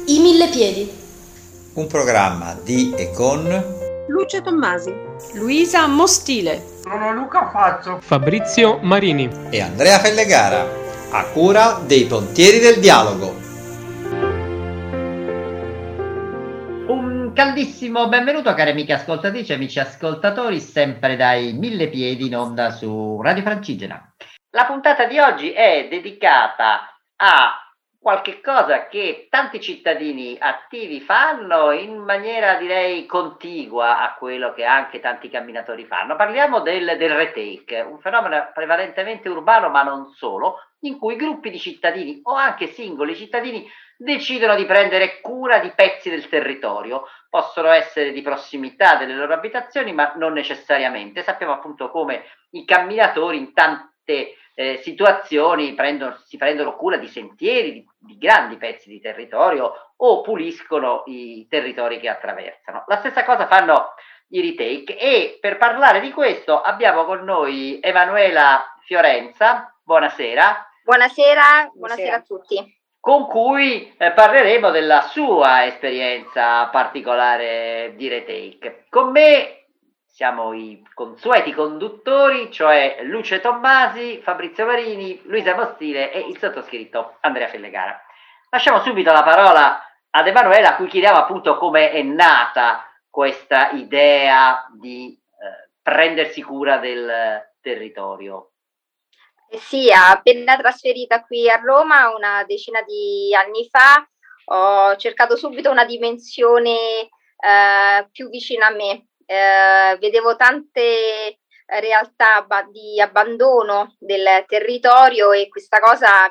I Mille Piedi. Un programma di e con Lucia Tommasi, Luisa Mostile, sono Luca Fazzo, Fabrizio Marini e Andrea Fellegara, a cura dei Pontieri del Dialogo. Un caldissimo benvenuto cari amiche ascoltatrici e amici ascoltatori, sempre dai Mille Piedi in onda su Radio Francigena. La puntata di oggi è dedicata a qualche cosa che tanti cittadini attivi fanno in maniera direi contigua a quello che anche tanti camminatori fanno. Parliamo del retake, un fenomeno prevalentemente urbano ma non solo, in cui gruppi di cittadini o anche singoli cittadini decidono di prendere cura di pezzi del territorio. Possono essere di prossimità delle loro abitazioni ma non necessariamente. Sappiamo appunto come i camminatori in tante situazioni si prendono cura di sentieri, di grandi pezzi di territorio o puliscono i territori che attraversano. La stessa cosa fanno i retake e per parlare di questo abbiamo con noi Emanuela Fiorenza. Buonasera. Buonasera a tutti. Con cui parleremo della sua esperienza particolare di retake. Con me siamo i consueti conduttori, cioè Lucia Tommasi, Fabrizio Marini, Luisa Mostile e il sottoscritto Andrea Fellegara. Lasciamo subito la parola ad Emanuela, a cui chiediamo appunto come è nata questa idea di prendersi cura del territorio. Sì, appena trasferita qui a Roma una decina di anni fa, ho cercato subito una dimensione più vicina a me. Vedevo tante realtà di abbandono del territorio e questa cosa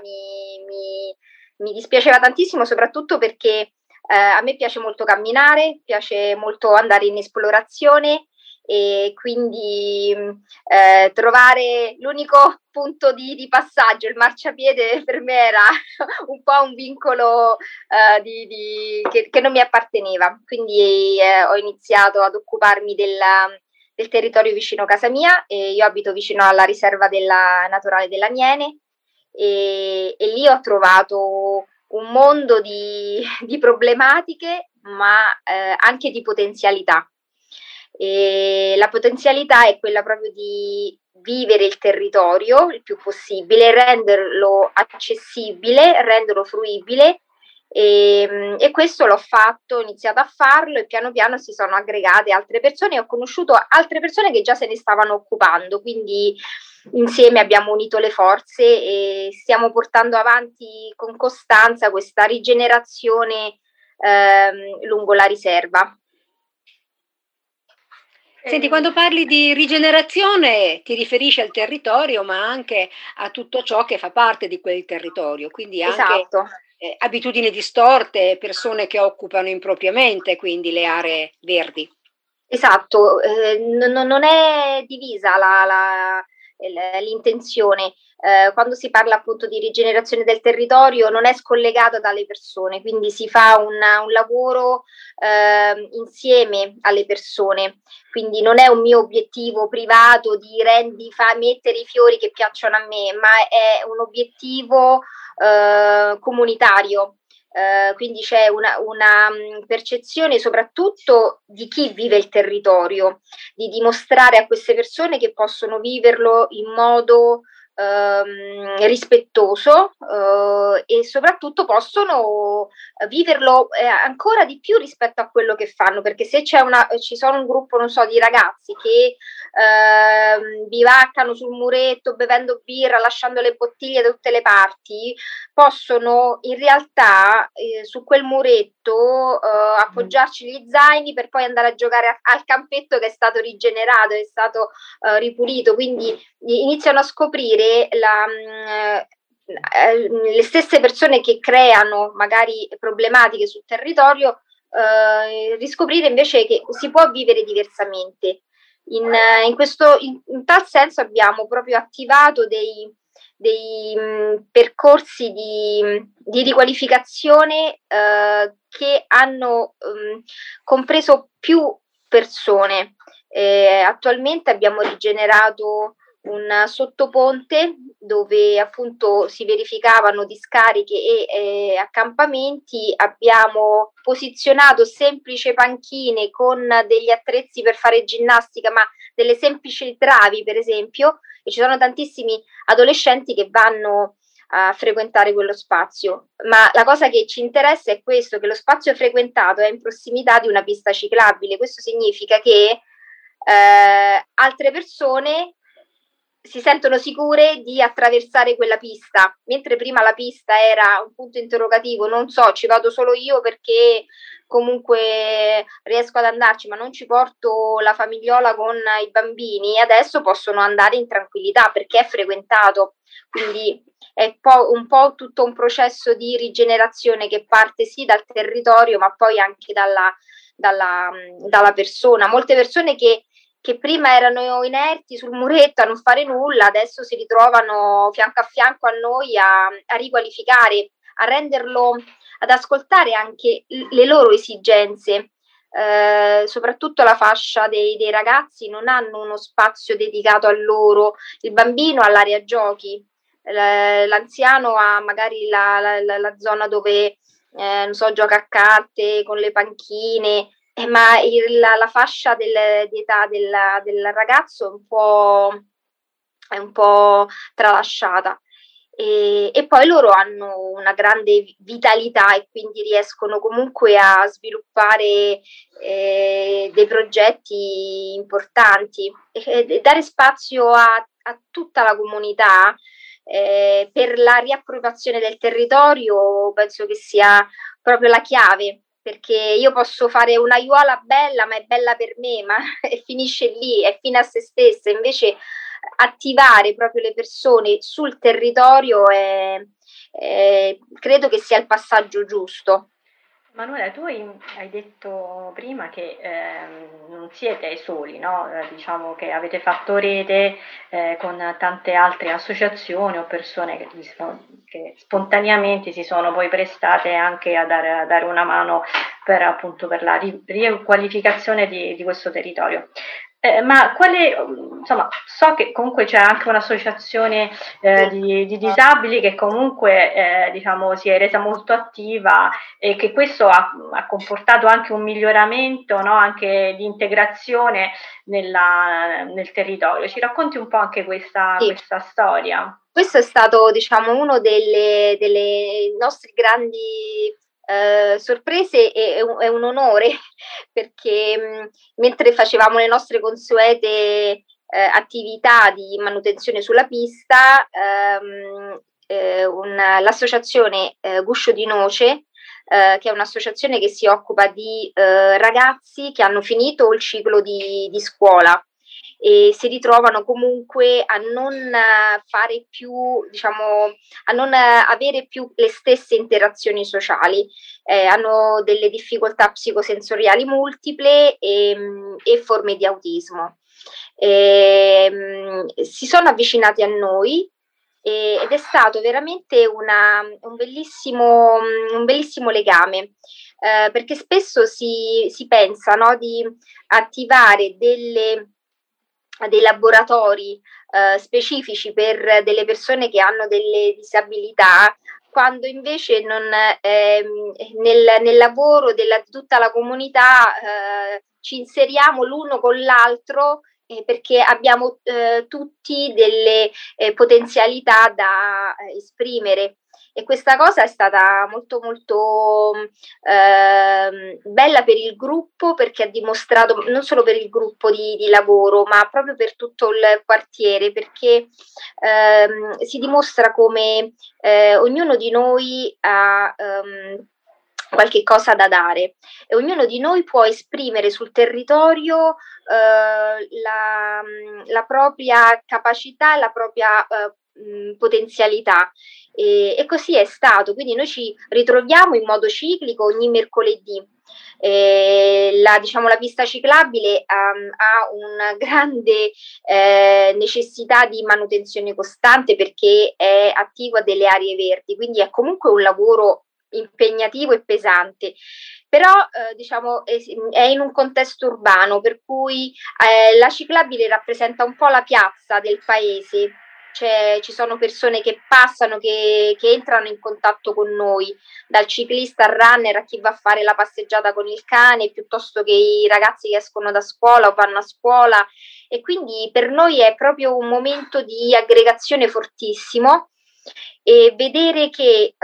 mi dispiaceva tantissimo, soprattutto perché a me piace molto camminare, piace molto andare in esplorazione e quindi trovare l'unico punto di passaggio, il marciapiede, per me era un po' un vincolo che non mi apparteneva, quindi ho iniziato ad occuparmi del territorio vicino a casa mia. Io abito vicino alla riserva naturale dell'Aniene e lì ho trovato un mondo di problematiche ma anche di potenzialità. E la potenzialità è quella proprio di vivere il territorio il più possibile, renderlo accessibile, renderlo fruibile e questo l'ho fatto, ho iniziato a farlo e piano piano si sono aggregate altre persone e ho conosciuto altre persone che già se ne stavano occupando, quindi insieme abbiamo unito le forze e stiamo portando avanti con costanza questa rigenerazione lungo la riserva. Senti, quando parli di rigenerazione ti riferisci al territorio, ma anche a tutto ciò che fa parte di quel territorio, quindi anche esatto. Abitudini distorte, persone che occupano impropriamente, quindi le aree verdi. Esatto, non è divisa l'intenzione. Quando si parla appunto di rigenerazione del territorio non è scollegata dalle persone, quindi si fa un lavoro insieme alle persone, quindi non è un mio obiettivo privato di mettere i fiori che piacciono a me, ma è un obiettivo comunitario. Quindi c'è una percezione soprattutto di chi vive il territorio, di dimostrare a queste persone che possono viverlo in modo rispettoso e soprattutto possono viverlo ancora di più rispetto a quello che fanno, perché se ci sono un gruppo, non so, di ragazzi che bivaccano sul muretto bevendo birra, lasciando le bottiglie da tutte le parti, possono in realtà su quel muretto appoggiarci gli zaini per poi andare a giocare al campetto che è stato rigenerato, è stato ripulito, quindi iniziano a scoprire le stesse persone che creano magari problematiche sul territorio, riscoprire invece che si può vivere diversamente. In tal senso abbiamo proprio attivato dei percorsi di riqualificazione che hanno compreso più persone. Attualmente abbiamo rigenerato un sottoponte dove appunto si verificavano discariche e accampamenti. Abbiamo posizionato semplici panchine con degli attrezzi per fare ginnastica, ma delle semplici travi per esempio, e ci sono tantissimi adolescenti che vanno a frequentare quello spazio. Ma la cosa che ci interessa è questo, che lo spazio frequentato è in prossimità di una pista ciclabile. Questo significa che altre persone si sentono sicure di attraversare quella pista, mentre prima la pista era un punto interrogativo, non so, ci vado solo io perché comunque riesco ad andarci, ma non ci porto la famigliola con i bambini. Adesso possono andare in tranquillità perché è frequentato, quindi è un po' tutto un processo di rigenerazione che parte sì dal territorio, ma poi anche dalla persona. Molte persone che prima erano inerti sul muretto a non fare nulla, adesso si ritrovano fianco a fianco a noi a riqualificare, a renderlo, ad ascoltare anche le loro esigenze. Soprattutto la fascia dei ragazzi non hanno uno spazio dedicato a loro. Il bambino ha l'area giochi, l'anziano ha magari la zona dove non so, gioca a carte con le panchine. Ma la fascia di età del ragazzo è un po' tralasciata, e poi loro hanno una grande vitalità e quindi riescono comunque a sviluppare dei progetti importanti e dare spazio a tutta la comunità per la riappropriazione del territorio. Penso che sia proprio la chiave, perché io posso fare una aiuola bella, ma è bella per me, ma finisce lì, è fine a se stessa. Invece attivare proprio le persone sul territorio credo che sia il passaggio giusto. Manuela, tu hai detto prima che non siete soli, no? Diciamo che avete fatto rete con tante altre associazioni o persone che spontaneamente si sono poi prestate anche a dare una mano per la riqualificazione di questo territorio. Ma insomma, so che comunque c'è anche un'associazione di disabili che comunque diciamo si è resa molto attiva e che questo ha comportato anche un miglioramento, no? Anche di integrazione nel territorio. Ci racconti un po' anche questa storia? Questo è stato, diciamo, uno delle nostre grandi sorprese e è un onore, perché mentre facevamo le nostre consuete attività di manutenzione sulla pista, l'associazione Guscio di Noce, che è un'associazione che si occupa di ragazzi che hanno finito il ciclo di scuola e si ritrovano comunque a non fare più, diciamo, a non avere più le stesse interazioni sociali, hanno delle difficoltà psicosensoriali multiple e forme di autismo. Si sono avvicinati a noi ed è stato veramente un bellissimo legame, perché spesso si pensa, no, di attivare dei laboratori specifici per delle persone che hanno delle disabilità, quando invece nel lavoro di tutta la comunità ci inseriamo l'uno con l'altro, perché abbiamo tutti delle potenzialità da esprimere. E questa cosa è stata molto molto bella per il gruppo, perché ha dimostrato, non solo per il gruppo di lavoro, ma proprio per tutto il quartiere, perché si dimostra come ognuno di noi ha qualche cosa da dare e ognuno di noi può esprimere sul territorio la propria capacità, la propria potenzialità. E così è stato, quindi noi ci ritroviamo in modo ciclico ogni mercoledì. La pista ciclabile ha una grande necessità di manutenzione costante, perché è attiva a delle aree verdi, quindi è comunque un lavoro impegnativo e pesante, però diciamo è in un contesto urbano, per cui la ciclabile rappresenta un po' la piazza del paese. Ci sono persone che passano, che entrano in contatto con noi, dal ciclista al runner, a chi va a fare la passeggiata con il cane, piuttosto che i ragazzi che escono da scuola o vanno a scuola, e quindi per noi è proprio un momento di aggregazione fortissimo, e vedere che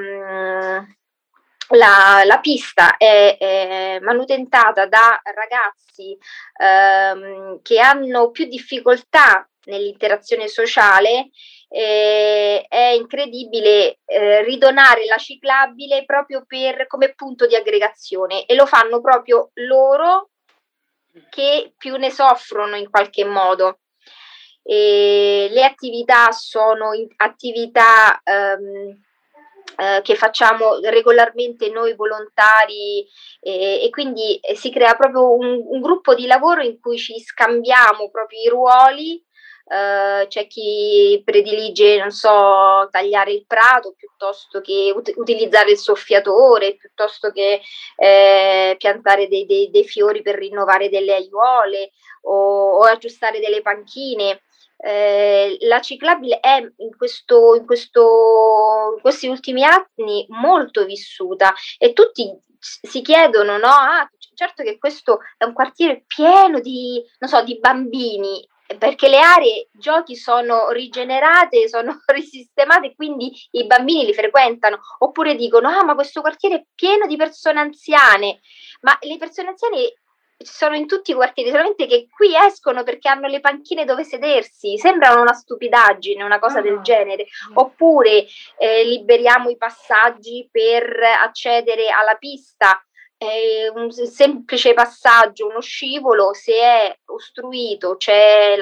la pista è manutentata da ragazzi che hanno più difficoltà nell'interazione sociale, è incredibile ridonare la ciclabile proprio come punto di aggregazione, e lo fanno proprio loro che più ne soffrono in qualche modo. Le attività sono attività che facciamo regolarmente noi volontari, e quindi si crea proprio un gruppo di lavoro in cui ci scambiamo proprio i ruoli. C'è chi predilige, non so, tagliare il prato piuttosto che utilizzare il soffiatore, piuttosto che piantare dei fiori per rinnovare delle aiuole o aggiustare delle panchine. La ciclabile è in questi ultimi anni molto vissuta, e tutti si chiedono, no? Certo che questo è un quartiere pieno di, non so, di bambini, perché le aree giochi sono rigenerate, sono risistemate, quindi i bambini li frequentano. Oppure dicono: ma questo quartiere è pieno di persone anziane. Ma le persone anziane ci sono in tutti i quartieri, solamente che qui escono perché hanno le panchine dove sedersi. Sembra una stupidaggine, una cosa del genere. Oppure liberiamo i passaggi per accedere alla pista. Un semplice passaggio, uno scivolo, se è ostruito, c'è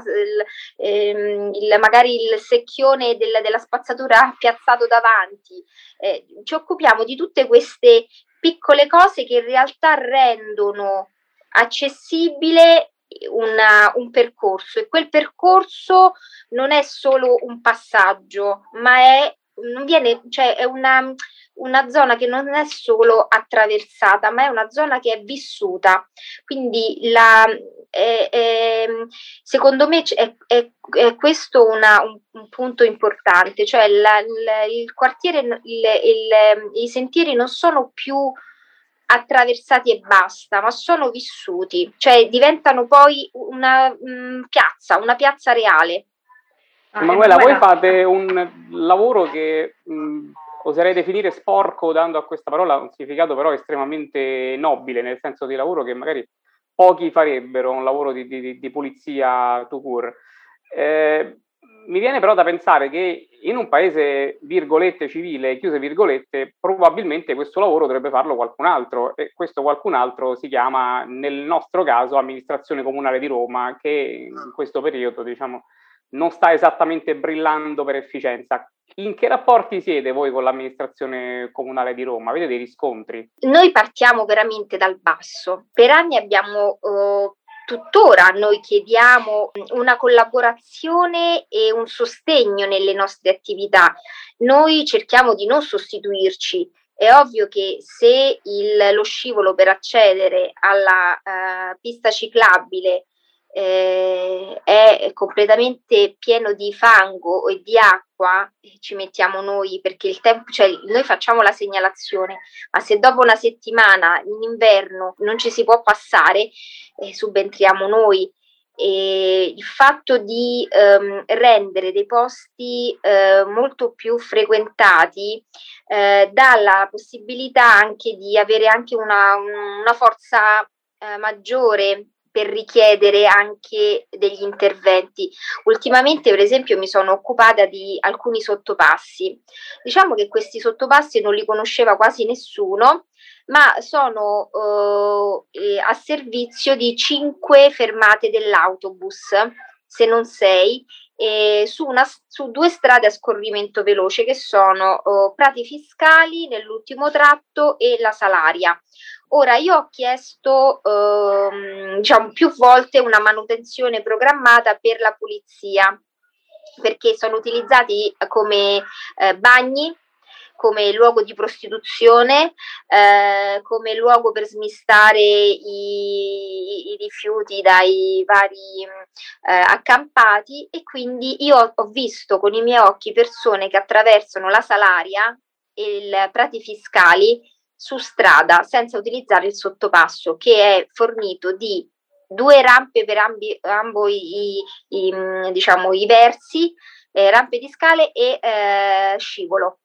magari il secchione della spazzatura piazzato davanti. Ci occupiamo di tutte queste piccole cose che in realtà rendono accessibile un percorso, e quel percorso non è solo un passaggio, ma è una zona che non è solo attraversata, ma è una zona che è vissuta. Quindi secondo me è questo un punto importante, cioè il quartiere, i sentieri non sono più attraversati e basta, ma sono vissuti, cioè diventano poi una piazza reale. Emanuela, voi fate un lavoro che oserei definire sporco, dando a questa parola un significato però estremamente nobile, nel senso di lavoro che magari pochi farebbero, un lavoro di pulizia tout court. Mi viene però da pensare che in un paese, virgolette, civile, chiuse virgolette, probabilmente questo lavoro dovrebbe farlo qualcun altro, e questo qualcun altro si chiama, nel nostro caso, Amministrazione Comunale di Roma, che in questo periodo, diciamo, non sta esattamente brillando per efficienza. In che rapporti siete voi con l'amministrazione comunale di Roma? Avete dei riscontri? Noi partiamo veramente dal basso. Per anni abbiamo tuttora noi chiediamo una collaborazione e un sostegno nelle nostre attività. Noi cerchiamo di non sostituirci. È ovvio che se lo scivolo per accedere alla pista ciclabile è completamente pieno di fango e di acqua, ci mettiamo noi, perché il tempo, cioè noi facciamo la segnalazione, ma se dopo una settimana in inverno non ci si può passare, subentriamo noi. E il fatto di rendere dei posti molto più frequentati dà la possibilità anche di avere anche una forza maggiore per richiedere anche degli interventi. Ultimamente, per esempio, mi sono occupata di alcuni sottopassi. Diciamo che questi sottopassi non li conosceva quasi nessuno, ma sono a servizio di 5 fermate dell'autobus, se non 6, su 2 strade a scorrimento veloce, che sono Prati Fiscali nell'ultimo tratto e la Salaria. Ora, io ho chiesto più volte una manutenzione programmata per la pulizia, perché sono utilizzati come bagni, come luogo di prostituzione, come luogo per smistare i rifiuti dai vari accampati, e quindi io ho visto con i miei occhi persone che attraversano la Salaria e i prati fiscali su strada senza utilizzare il sottopasso, che è fornito di 2 rampe per ambo diciamo, i versi, rampe di scale e scivolo.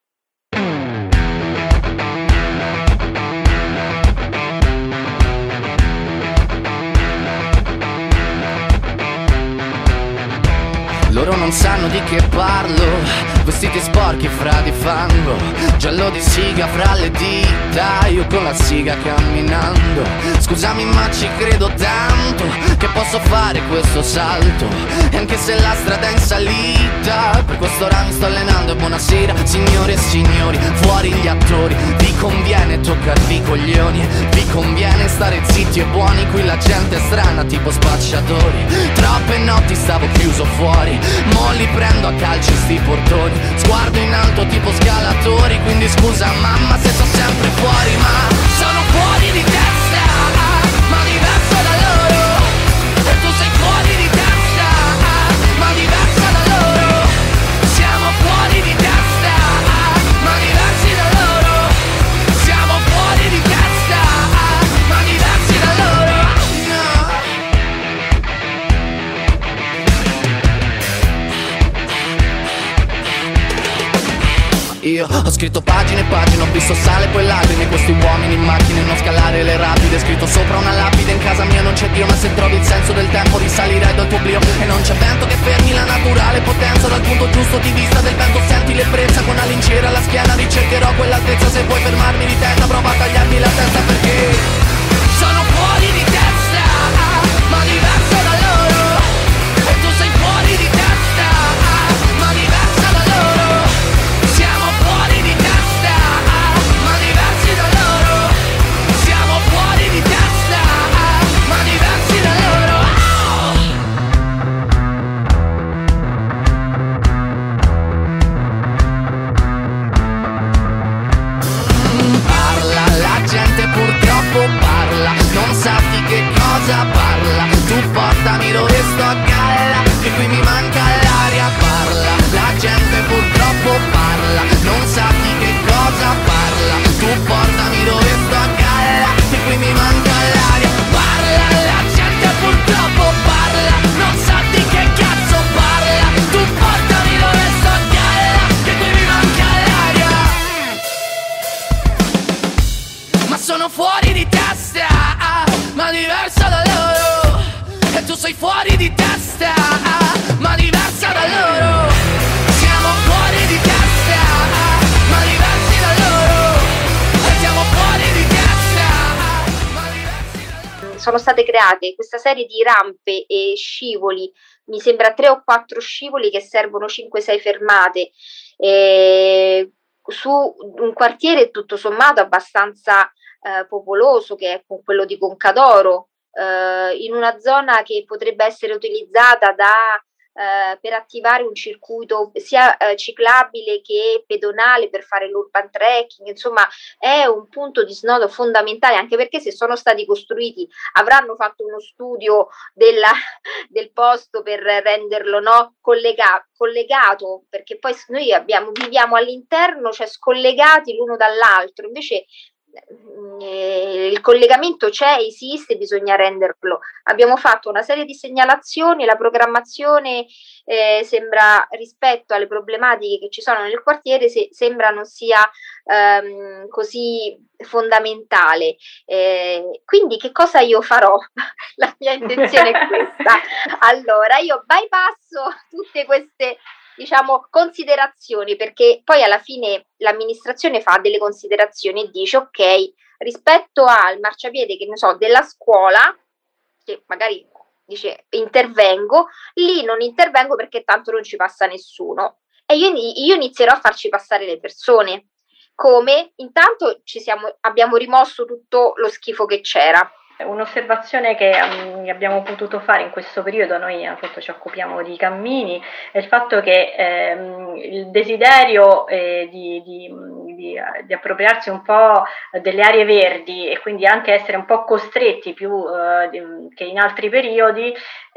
Loro non sanno di che parlo, vestiti sporchi fra di fango, giallo di siga fra le dita, io con la siga camminando. Scusami ma ci credo tanto che posso fare questo salto, e anche se la strada è in salita, per questo ora mi sto allenando. E buonasera signore e signori, fuori gli attori, vi conviene toccarvi i coglioni, vi conviene stare zitti e buoni, qui la gente è strana tipo spacciatori. Troppe notti stavo chiuso fuori, mo li prendo a calci sti portoni, sguardo in alto tipo scalatori, quindi scusa mamma se sto sempre fuori, ma sono fuori di testa, ma diverso da loro, e tu sei fuori di testa, ma diversa da loro, siamo fuori di testa, ma diversi da loro, siamo fuori di testa, ma diversi da loro, no. Io ho scritto pagine e pagine, ho visto sale poi lacrime, questi uomini in macchine, non scalare le rapide, scritto sopra una lapide, in casa mia non c'è Dio, ma se trovi il senso del tempo risalirai dal tuo oblio, e non c'è vento che fermi la naturale potenza, dal punto giusto di vista del vento senti l'ebbrezza, con la lincera alla schiena ricercherò quell'altezza, se vuoi fermarmi di testa prova a tagliarmi la testa, perché sono fuori di testa, ma diverso da loro, e tu sei fuori di testa, ma diversa da loro, siamo fuori di testa, ma diversi da loro, siamo fuori di testa, ma diversi da loro. Parla, la gente purtroppo parla, non sa di che cosa parla, tu portami dove sto a galla, che qui mi manca l'aria, parla, la gente purtroppo parla, non sa di che cosa parla, tu portami dove sto a galla, che qui mi manca l'aria, parla, la gente purtroppo parla, non sa di che cazzo parla, tu portami dove sto a galla, che qui mi manca l'aria, ma sono fuori di testa, ma diversa da loro, e tu sei fuori di testa, ma diversa da loro, siamo fuori di testa, ma diversi da loro, e siamo fuori di testa, ma diversi da loro. Sono state create questa serie di rampe e scivoli, mi sembra 3 o 4 scivoli che servono 5-6 fermate, su un quartiere tutto sommato abbastanza popoloso, che è quello di Concadoro, in una zona che potrebbe essere utilizzata per attivare un circuito sia ciclabile che pedonale per fare l'urban trekking, insomma è un punto di snodo fondamentale, anche perché se sono stati costruiti avranno fatto uno studio del posto per renderlo collegato, perché poi noi viviamo all'interno, cioè scollegati l'uno dall'altro, invece il collegamento c'è, esiste, bisogna renderlo. Abbiamo fatto una serie di segnalazioni, la programmazione sembra, rispetto alle problematiche che ci sono nel quartiere, sembra non sia così fondamentale. Quindi che cosa io farò? La mia intenzione è questa. Allora, io bypasso tutte queste, diciamo, considerazioni, perché poi alla fine l'amministrazione fa delle considerazioni e dice ok, rispetto al marciapiede, che ne so, della scuola, che magari dice intervengo, lì non intervengo perché tanto non ci passa nessuno, e io inizierò a farci passare le persone, come intanto abbiamo rimosso tutto lo schifo che c'era, Un'osservazione che abbiamo potuto fare in questo periodo, noi appunto ci occupiamo di cammini, è il fatto che il desiderio di appropriarsi un po' delle aree verdi e quindi anche essere un po' costretti più che in altri periodi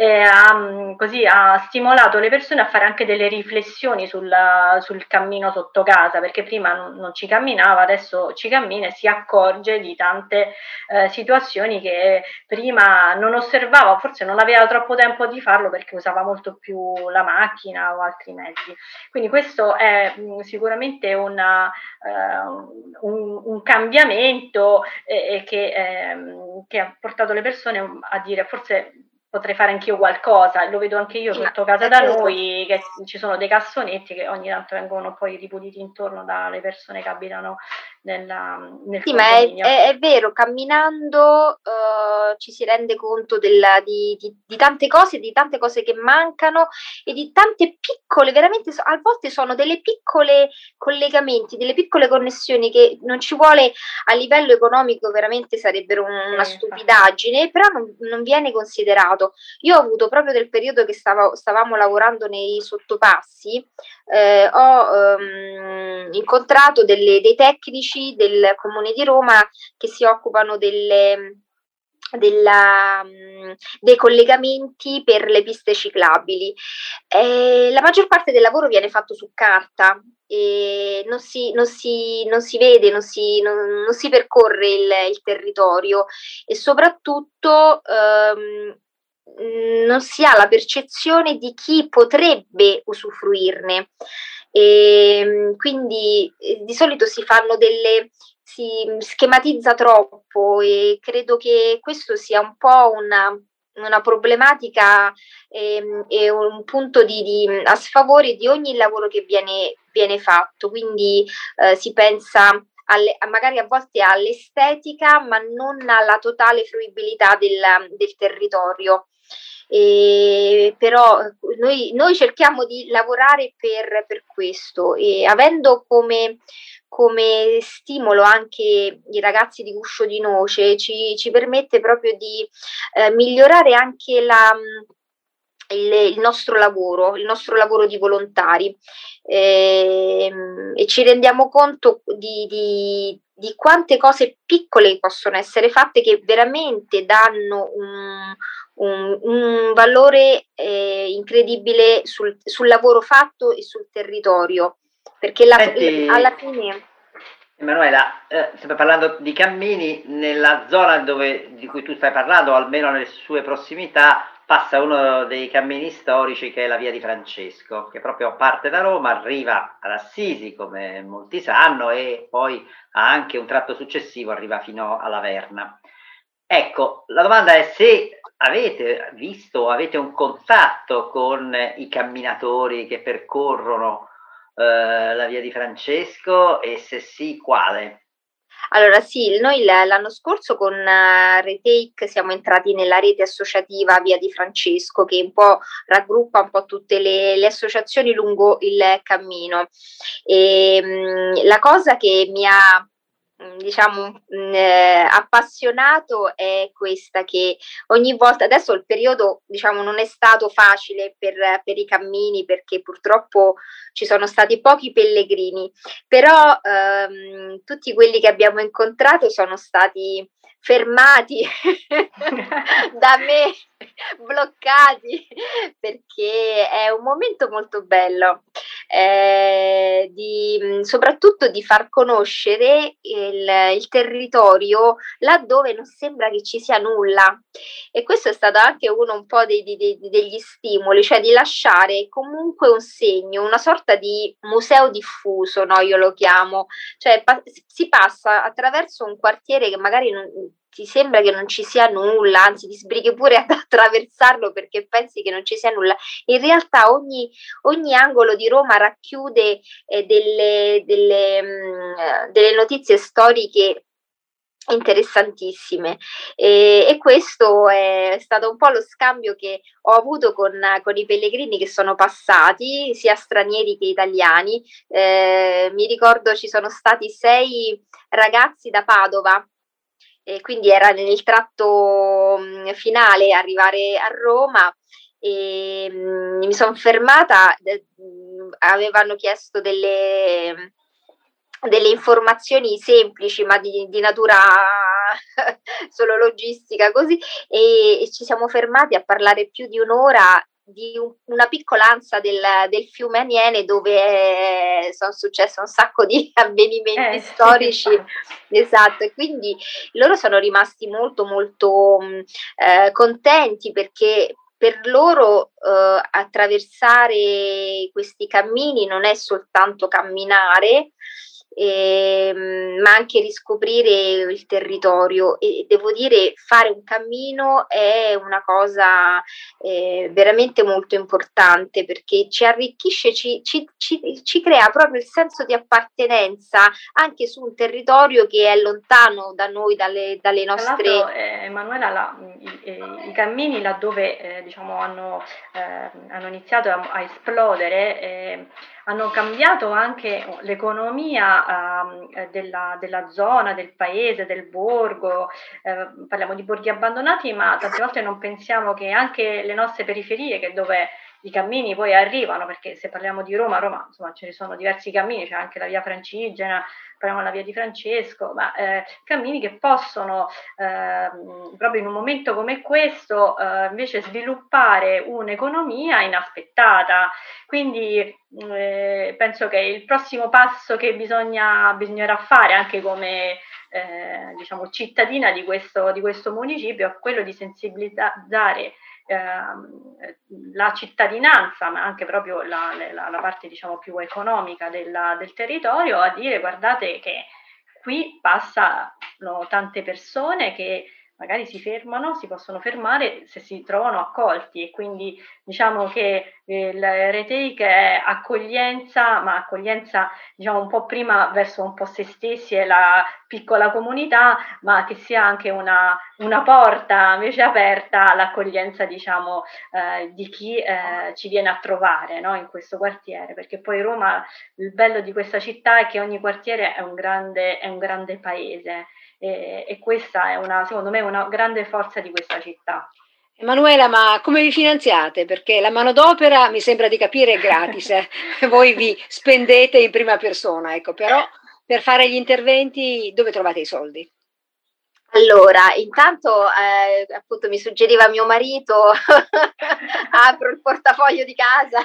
ha stimolato le persone a fare anche delle riflessioni sul cammino sotto casa, perché prima non ci camminava, adesso ci cammina e si accorge di tante situazioni che prima non osservava, forse non aveva troppo tempo di farlo perché usava molto più la macchina o altri mezzi. Quindi questo è sicuramente un cambiamento che ha portato le persone a dire forse potrei fare anch'io qualcosa. Lo vedo anche io sotto casa da noi, che ci sono dei cassonetti che ogni tanto vengono poi ripuliti intorno dalle persone che abitano nel sì, ma è vero, camminando ci si rende conto di tante cose che mancano e di tante piccole, veramente a volte sono delle piccole collegamenti, delle piccole connessioni che non ci vuole a livello economico, veramente sarebbero una stupidaggine, però non viene considerato. Io ho avuto proprio del periodo che stavamo lavorando nei sottopassi, ho incontrato dei tecnici del Comune di Roma che si occupano dei collegamenti per le piste ciclabili. La maggior parte del lavoro viene fatto su carta e non si vede, non si percorre il territorio e soprattutto non si ha la percezione di chi potrebbe usufruirne. E quindi di solito si schematizza troppo e credo che questo sia un po' una problematica e un punto a sfavore di ogni lavoro che viene fatto. Quindi si pensa magari a volte all'estetica, ma non alla totale fruibilità del territorio. Però noi cerchiamo di lavorare per questo e avendo come stimolo anche i ragazzi di Guscio di Noce ci permette proprio di migliorare anche il nostro lavoro di volontari e ci rendiamo conto di quante cose piccole possono essere fatte che veramente danno un valore incredibile sul lavoro fatto e sul territorio, perché alla fine... Emanuela, stiamo parlando di cammini, nella zona di cui tu stai parlando, almeno nelle sue prossimità, passa uno dei cammini storici che è la via di Francesco, che proprio parte da Roma, arriva ad Assisi, come molti sanno, e poi ha anche un tratto successivo, arriva fino alla Verna. Ecco, la domanda è se avete visto, avete un contatto con i camminatori che percorrono la via di Francesco e se sì, quale? Allora sì, noi l'anno scorso con Retake siamo entrati nella rete associativa Via di Francesco che un po' raggruppa un po' tutte le associazioni lungo il cammino e la cosa che mi ha appassionato è questa, che ogni volta, adesso il periodo non è stato facile per i cammini perché purtroppo ci sono stati pochi pellegrini, però tutti quelli che abbiamo incontrato sono stati fermati da me, bloccati, perché è un momento molto bello, soprattutto di far conoscere il territorio laddove non sembra che ci sia nulla, e questo è stato anche uno un po' degli stimoli, cioè di lasciare comunque un segno, una sorta di museo diffuso, no? Io lo chiamo, cioè si passa attraverso un quartiere che magari ti sembra che non ci sia nulla, anzi ti sbrighi pure ad attraversarlo perché pensi che non ci sia nulla. In realtà ogni angolo di Roma racchiude delle notizie storiche interessantissime e questo è stato un po' lo scambio che ho avuto con i pellegrini che sono passati, sia stranieri che italiani. Mi ricordo ci sono stati 6 ragazzi da Padova e quindi era nel tratto finale arrivare a Roma e mi sono fermata, avevano chiesto delle informazioni semplici ma di natura solo logistica così e ci siamo fermati a parlare più di un'ora di una piccola ansa del fiume Aniene dove sono successe un sacco di avvenimenti storici, esatto, e quindi loro sono rimasti molto molto contenti perché per loro attraversare questi cammini non è soltanto camminare, ma anche riscoprire il territorio e devo dire fare un cammino è una cosa veramente molto importante perché ci arricchisce, ci crea proprio il senso di appartenenza anche su un territorio che è lontano da noi, dalle nostre... Tra l'altro, Emanuela, i cammini laddove diciamo hanno iniziato a esplodere hanno cambiato anche l'economia della zona, del paese, del borgo, parliamo di borghi abbandonati, ma tante volte non pensiamo che anche le nostre periferie, che dove i cammini poi arrivano, perché se parliamo di Roma insomma ce ne sono diversi cammini, c'è anche la via Francigena, parliamo della via di Francesco, ma cammini che possono proprio in un momento come questo invece sviluppare un'economia inaspettata. Quindi penso che il prossimo passo che bisognerà fare anche come diciamo cittadina di questo municipio è quello di sensibilizzare la cittadinanza, ma anche proprio la parte diciamo più economica del territorio, a dire guardate che qui passano tante persone che magari si possono fermare se si trovano accolti, e quindi diciamo che il retake è accoglienza, ma accoglienza diciamo un po' prima verso un po' se stessi e la piccola comunità, ma che sia anche una porta invece aperta all'accoglienza diciamo di chi ci viene a trovare, no, in questo quartiere, perché poi Roma, il bello di questa città è che ogni quartiere è un grande paese. E questa è secondo me una grande forza di questa città. Emanuela, ma come vi finanziate? Perché la manodopera mi sembra di capire è gratis, voi vi spendete in prima persona, ecco, però per fare gli interventi dove trovate i soldi? Allora, intanto appunto mi suggeriva mio marito, apro il portafoglio di casa,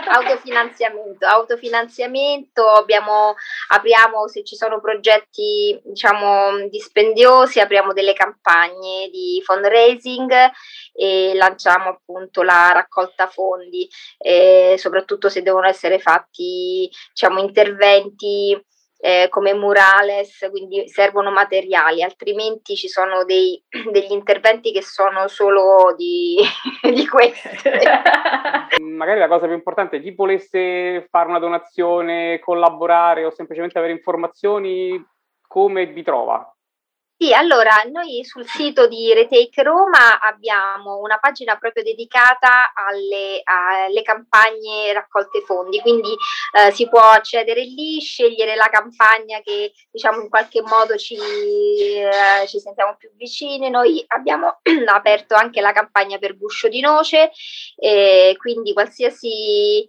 autofinanziamento, apriamo se ci sono progetti diciamo dispendiosi, apriamo delle campagne di fundraising e lanciamo appunto la raccolta fondi, soprattutto se devono essere fatti diciamo interventi come murales, quindi servono materiali, altrimenti ci sono degli interventi che sono solo di queste. Magari la cosa più importante, chi volesse fare una donazione, collaborare o semplicemente avere informazioni, come vi trova? Sì, allora noi sul sito di Retake Roma abbiamo una pagina proprio dedicata alle campagne raccolte fondi, quindi si può accedere lì, scegliere la campagna che diciamo in qualche modo ci sentiamo più vicini. Noi abbiamo aperto anche la campagna per Guscio di Noce, quindi qualsiasi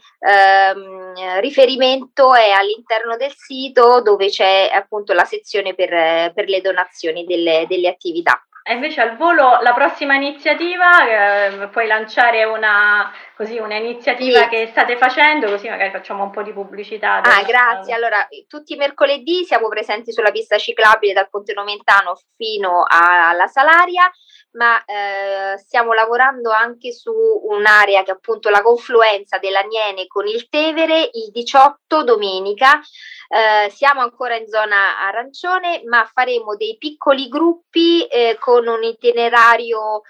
riferimento è all'interno del sito dove c'è appunto la sezione per le donazioni delle attività. E invece al volo la prossima iniziativa, puoi lanciare un'iniziativa sì, che state facendo, così magari facciamo un po' di pubblicità. Grazie. Allora, tutti i mercoledì siamo presenti sulla pista ciclabile dal Ponte Nomentano fino alla Salaria, ma stiamo lavorando anche su un'area che è appunto la confluenza dell'Aniene con il Tevere il 18 domenica. Siamo ancora in zona arancione, ma faremo dei piccoli gruppi con un itinerario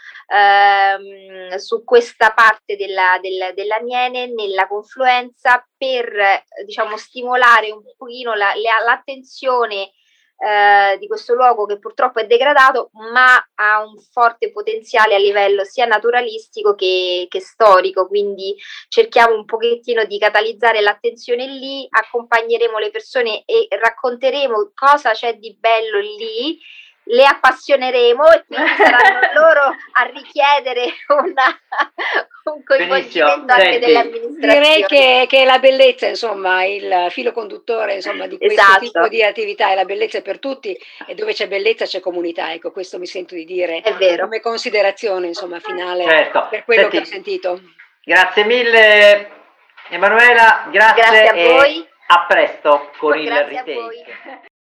su questa parte dell'Aniene nella confluenza per diciamo stimolare un pochino l'attenzione di questo luogo che purtroppo è degradato, ma ha un forte potenziale a livello sia naturalistico che storico, quindi cerchiamo un pochettino di catalizzare l'attenzione lì, accompagneremo le persone e racconteremo cosa c'è di bello lì le appassioneremo e quindi saranno loro a richiedere un coinvolgimento anche delle amministrazioni. Direi che è la bellezza, insomma, il filo conduttore, insomma, di questo tipo di attività, è la bellezza per tutti, e dove c'è bellezza c'è comunità, ecco, questo mi sento di dire come considerazione, insomma, finale per quello che ho sentito. Grazie mille Emanuela, grazie a voi. A presto con il retake.